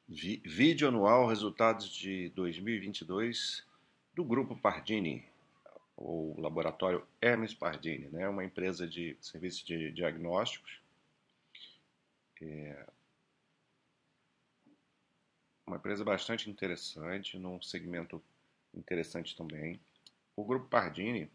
Vídeo anual resultados de 2022 do Grupo Pardini, ou Laboratório Hermes Pardini, né? Uma empresa de serviços de diagnósticos, uma empresa bastante interessante, num segmento interessante também. O Grupo Pardini,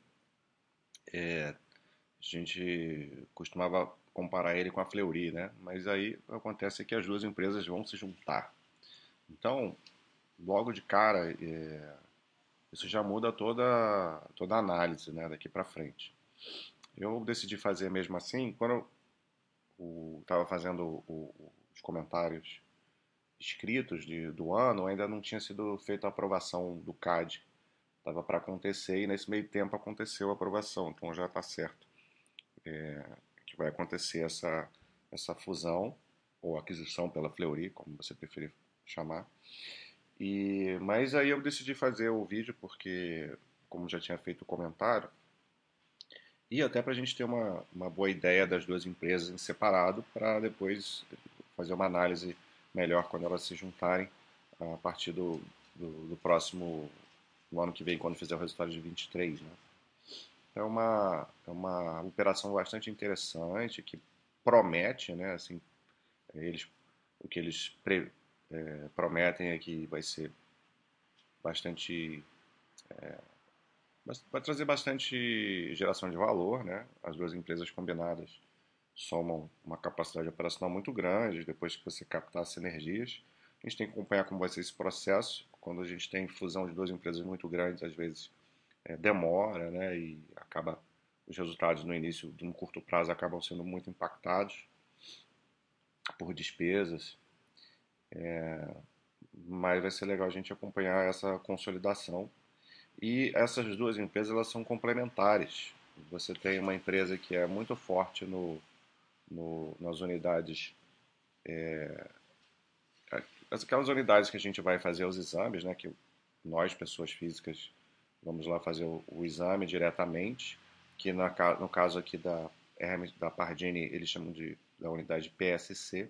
a gente costumava comparar ele com a Fleury, né? Mas aí acontece que as duas empresas vão se juntar. Então, logo de cara, isso já muda toda a análise, né, daqui para frente. Eu decidi fazer mesmo assim, quando eu estava fazendo os comentários escritos do ano, ainda não tinha sido feita a aprovação do CAD. Estava para acontecer e nesse meio tempo aconteceu a aprovação, então já está certo que vai acontecer essa fusão ou aquisição pela Fleury, como você preferir chamar. Mas aí eu decidi fazer o vídeo porque, como já tinha feito o comentário, e até para a gente ter uma boa ideia das duas empresas em separado, para depois fazer uma análise melhor quando elas se juntarem a partir do próximo, no ano que vem, quando fizer o resultado de 23, né? É uma operação bastante interessante, que promete, né? Assim, eles, o que eles prometem é que vai ser bastante. Vai trazer bastante geração de valor, né? As duas empresas combinadas somam uma capacidade operacional muito grande depois que você captar sinergias. A gente tem que acompanhar como vai ser esse processo. Quando a gente tem fusão de duas empresas muito grandes, às vezes demora, né? E acaba os resultados no início, de um curto prazo, acabam sendo muito impactados por despesas. Mas vai ser legal a gente acompanhar essa consolidação. E essas duas empresas elas são complementares. Você tem uma empresa que é muito forte nas unidades, aquelas unidades que a gente vai fazer os exames, né? Que nós, pessoas físicas, vamos lá fazer o exame diretamente, que no caso aqui da Hermes, da Pardini, eles chamam da unidade PSC.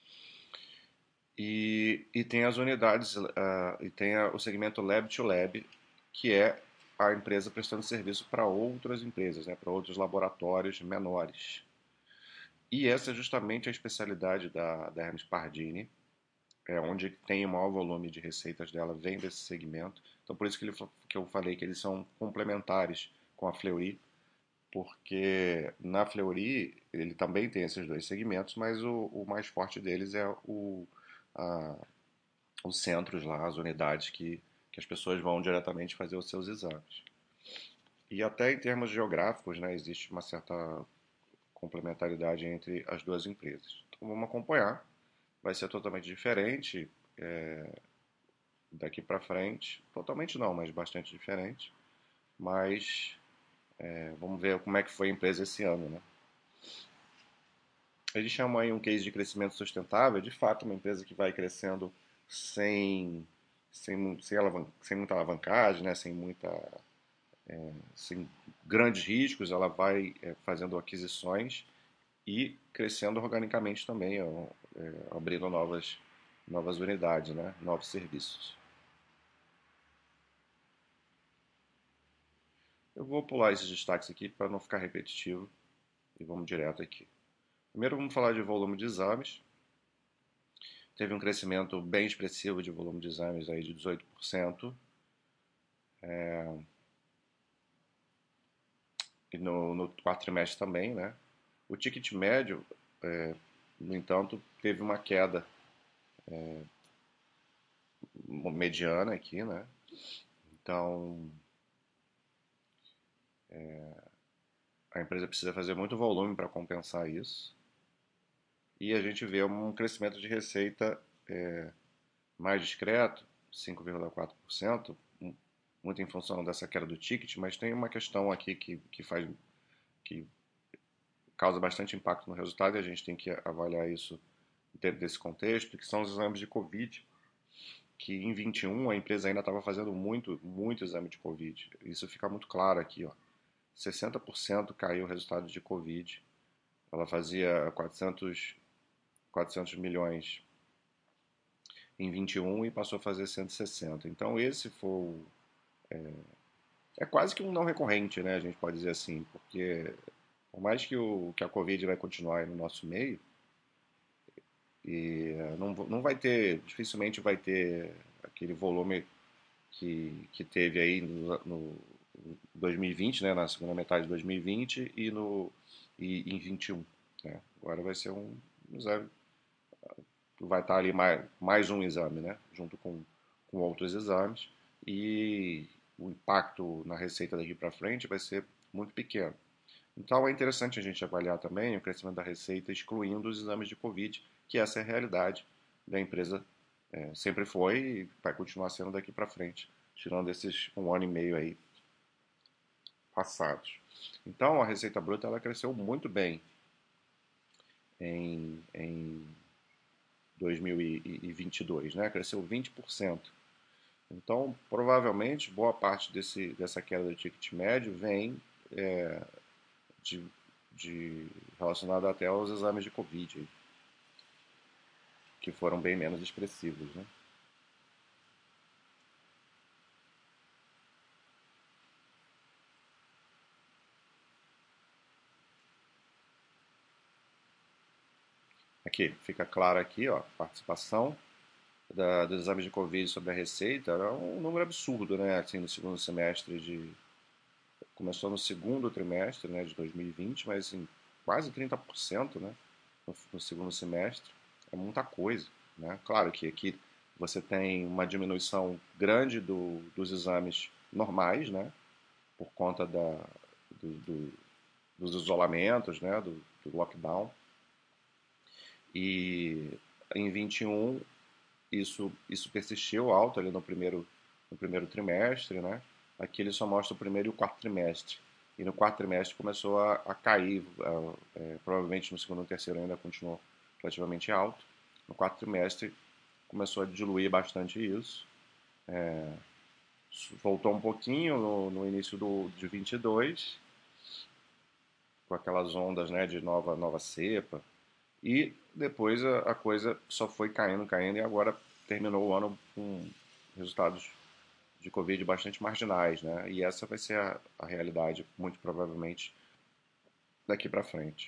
E tem as unidades, e tem o segmento Lab to Lab, que é a empresa prestando serviço para outras empresas, né, para outros laboratórios menores. E essa é justamente a especialidade da Hermes Pardini, onde tem o maior volume de receitas dela, vem desse segmento. Então, por isso que eu falei que eles são complementares com a Fleury, porque na Fleury ele também tem esses dois segmentos, mas o mais forte deles é a, os centros lá, as unidades que as pessoas vão diretamente fazer os seus exames. E até em termos geográficos, né, existe uma certa complementaridade entre as duas empresas. Então vamos acompanhar. Vai ser totalmente diferente daqui para frente. Totalmente não, mas bastante diferente. Mas vamos ver como é que foi a empresa esse ano, né? Eles chamam aí um case de crescimento sustentável, de fato, uma empresa que vai crescendo sem, sem muita alavancagem, né? Sem grandes riscos, ela vai fazendo aquisições e crescendo organicamente também, abrindo novas unidades, né? Novos serviços. Eu vou pular esses destaques aqui para não ficar repetitivo e vamos direto aqui. Primeiro vamos falar de volume de exames. Teve um crescimento bem expressivo de volume de exames aí de 18%. E no quarto trimestre também, né? O ticket médio, no entanto, teve uma queda mediana aqui, né? Então, a empresa precisa fazer muito volume para compensar isso. E a gente vê um crescimento de receita mais discreto, 5,4%, muito em função dessa queda do ticket, mas tem uma questão aqui que causa bastante impacto no resultado e a gente tem que avaliar isso dentro desse contexto, que são os exames de Covid, que em 21 a empresa ainda estava fazendo muito exame de Covid. Isso fica muito claro aqui, ó. 60% caiu o resultado de Covid. Ela fazia 400 milhões em 21 e passou a fazer 160. Então esse foi é quase que um não recorrente, né? A gente pode dizer assim, porque por mais que a Covid vai continuar aí no nosso meio, e não vai ter, dificilmente vai ter aquele volume que teve aí no 2020, né, na segunda metade de 2020 e em 21, né? Agora vai ser um exame, vai estar ali mais um exame, né, junto com outros exames e o impacto na receita daqui para frente vai ser muito pequeno. Então é interessante a gente avaliar também o crescimento da receita excluindo os exames de Covid, que essa é a realidade da empresa, sempre foi e vai continuar sendo daqui para frente, tirando esses um ano e meio aí passados. Então a receita bruta ela cresceu muito bem em 2022, né? Cresceu 20%. Então, provavelmente, boa parte dessa queda do ticket médio vem é, de, de relacionada até aos exames de Covid, que foram bem menos expressivos, né? Aqui, fica claro aqui, ó, participação dos exames de Covid sobre a receita era um número absurdo, né? Assim, no segundo semestre de... Começou no segundo trimestre, né, de 2020, mas assim, quase 30%, né, no segundo semestre. É muita coisa, né? Claro que aqui você tem uma diminuição grande dos exames normais, né? Por conta do, do, dos isolamentos, né? Do lockdown. E em 21 isso persistiu alto ali no primeiro trimestre, né? Aqui ele só mostra o primeiro e o quarto trimestre. E no quarto trimestre começou a cair, provavelmente no segundo e terceiro ainda continuou relativamente alto. No quarto trimestre começou a diluir bastante isso. Voltou um pouquinho no início de 22, com aquelas ondas, né, de nova cepa. E depois a coisa só foi caindo, caindo, e agora terminou o ano com resultados de Covid bastante marginais, né? E essa vai ser a realidade, muito provavelmente, daqui para frente.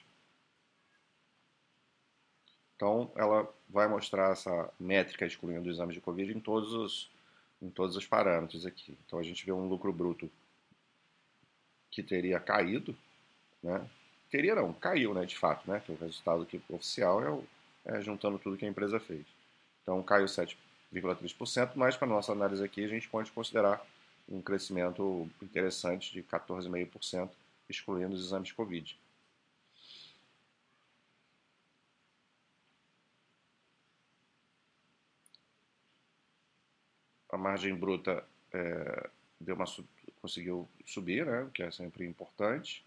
Então, ela vai mostrar essa métrica excluindo os exames de Covid em todos os parâmetros aqui. Então, a gente vê um lucro bruto que teria caído, né? Teria não, caiu, né, de fato, né? Que o resultado aqui oficial é juntando tudo que a empresa fez. Então caiu 7,3%, mas para nossa análise aqui a gente pode considerar um crescimento interessante de 14,5%, excluindo os exames de Covid. A margem bruta deu uma, conseguiu subir, né, o que é sempre importante.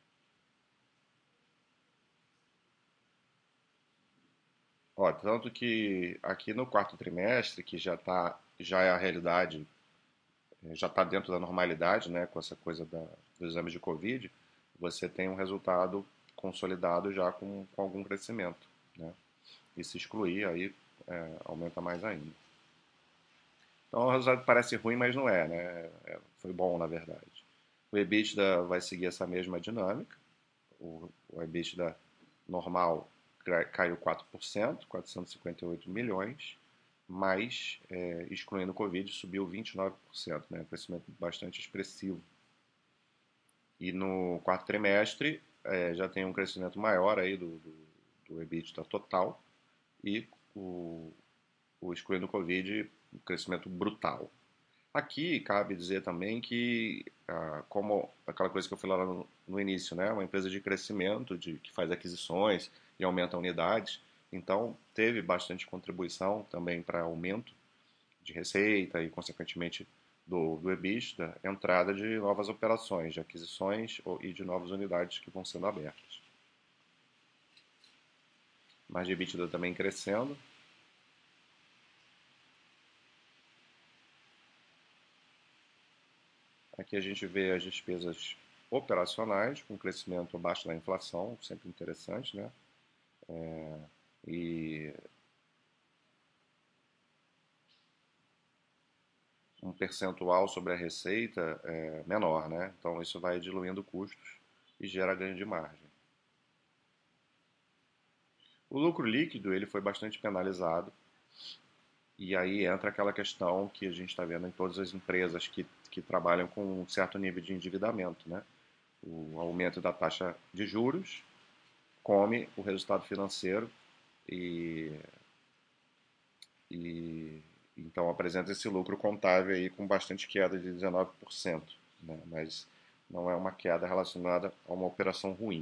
Ó, tanto que aqui no quarto trimestre, que já é a realidade, já está dentro da normalidade, né, com essa coisa dos exames de Covid, você tem um resultado consolidado já com algum crescimento, né? E se excluir, aí aumenta mais ainda. Então o resultado parece ruim, mas não é, né? Foi bom, na verdade. O EBITDA vai seguir essa mesma dinâmica. O EBITDA normal caiu 4%, 458 milhões, mas, excluindo o Covid, subiu 29%, né? Um crescimento bastante expressivo. E no quarto trimestre já tem um crescimento maior aí do EBITDA total e o, excluindo o Covid, um crescimento brutal. Aqui cabe dizer também que, como aquela coisa que eu falei lá no início, né, uma empresa de crescimento, que faz aquisições e aumenta unidades, então teve bastante contribuição também para aumento de receita e, consequentemente, do EBITDA, entrada de novas operações, de aquisições e de novas unidades que vão sendo abertas. Margem EBITDA também crescendo. Aqui a gente vê as despesas operacionais com crescimento abaixo da inflação, sempre interessante, né? E um percentual sobre a receita menor, né? Então isso vai diluindo custos e gera ganho de margem. O lucro líquido ele foi bastante penalizado e aí entra aquela questão que a gente está vendo em todas as empresas que trabalham com um certo nível de endividamento, né? O aumento da taxa de juros come o resultado financeiro e, e então apresenta esse lucro contábil aí com bastante queda de 19%, né? Mas não é uma queda relacionada a uma operação ruim.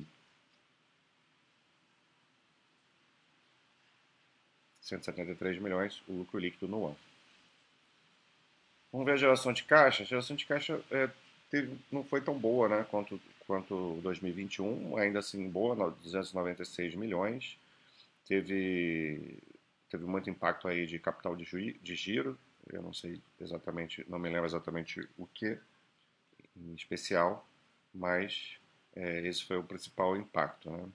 173 milhões o lucro líquido no ano. Vamos ver a geração de caixa. A geração de caixa não foi tão boa, né, quanto 2021, ainda assim boa, 296 milhões. Teve, teve muito impacto aí de capital de giro, eu não sei exatamente, não me lembro exatamente o que em especial, mas esse foi o principal impacto, né?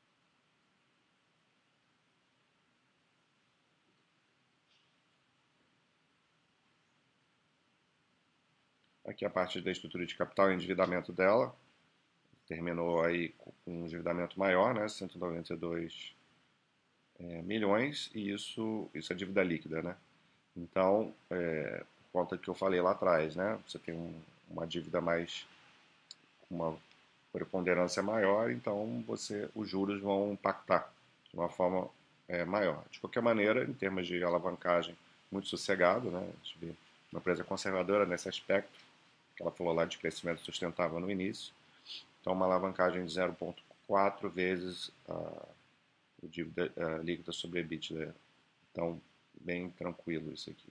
Aqui a parte da estrutura de capital e endividamento dela, terminou aí com um endividamento maior, né, 192 milhões, e isso é dívida líquida, né? Então, por conta que eu falei lá atrás, né, você tem uma dívida mais, uma preponderância maior, então os juros vão impactar de uma forma maior. De qualquer maneira, em termos de alavancagem, muito sossegado, né? A gente vê uma empresa conservadora nesse aspecto, que ela falou lá de crescimento sustentável no início. Então, uma alavancagem de 0,4 vezes o dívida líquida sobre EBITDA. Então, bem tranquilo isso aqui.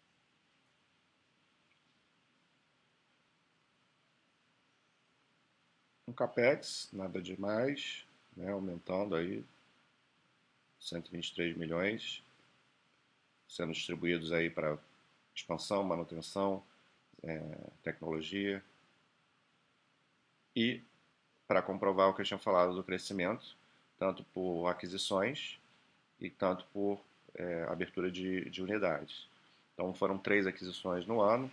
Um capex, nada demais, né, aumentando aí 123 milhões, sendo distribuídos aí para expansão, manutenção, tecnologia e para comprovar o que eu tinha falado do crescimento, tanto por aquisições e tanto por abertura de unidades. Então foram 3 aquisições no ano,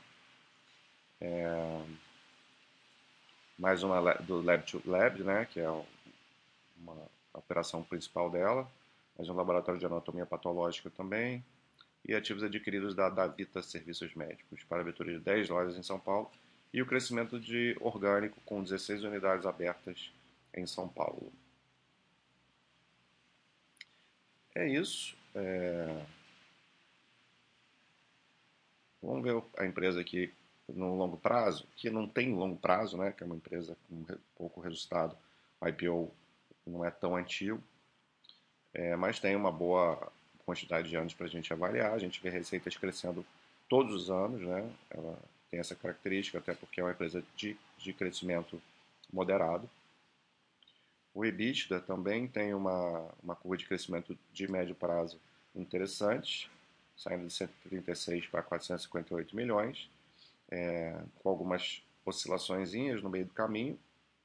mais uma do Lab to Lab, né, que é uma operação principal dela, mais um laboratório de anatomia patológica também, e ativos adquiridos da Davita Serviços Médicos, para a abertura de 10 lojas em São Paulo, e o crescimento de orgânico com 16 unidades abertas em São Paulo. É isso. Vamos ver a empresa aqui no longo prazo, que não tem longo prazo, né? Que é uma empresa com pouco resultado. O IPO não é tão antigo, mas tem uma boa quantidade de anos para a gente avaliar. A gente vê receitas crescendo todos os anos, né? Ela tem essa característica, até porque é uma empresa de crescimento moderado. O EBITDA também tem uma curva de crescimento de médio prazo interessante, saindo de 136 para 458 milhões, com algumas oscilações no meio do caminho,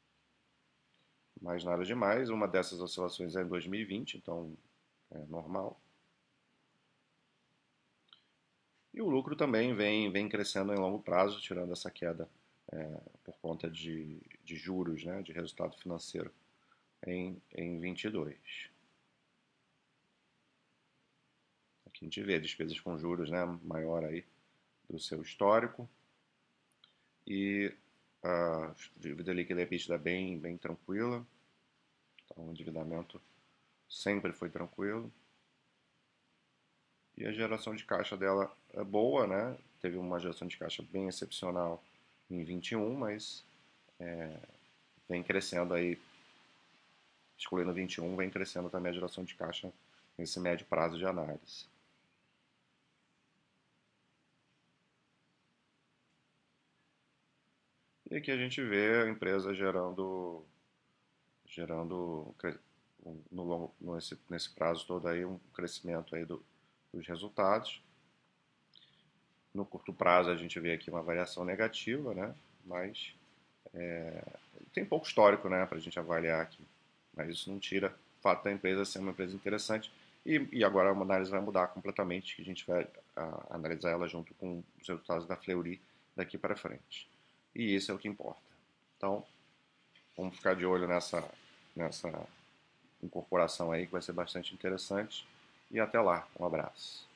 mas nada demais. Uma dessas oscilações é em 2020, então é normal. E o lucro também vem crescendo em longo prazo, tirando essa queda por conta de juros, né, de resultado financeiro em 22. Aqui a gente vê despesas com juros, né, maior aí do seu histórico. E a dívida líquida EBITDA bem tranquila. Então o endividamento sempre foi tranquilo. E a geração de caixa dela é boa, né? Teve uma geração de caixa bem excepcional em 21, mas vem crescendo aí, excluindo 21, vem crescendo também a geração de caixa nesse médio prazo de análise. E aqui a gente vê a empresa gerando no longo, nesse prazo todo aí um crescimento aí dos resultados. No curto prazo a gente vê aqui uma variação negativa, né? Mas tem pouco histórico, né, para a gente avaliar aqui. Mas isso não tira o fato da empresa ser uma empresa interessante E agora a análise vai mudar completamente, que a gente vai analisar ela junto com os resultados da Fleury daqui para frente. E isso é o que importa. Então, vamos ficar de olho nessa incorporação aí, que vai ser bastante interessante. E até lá. Um abraço.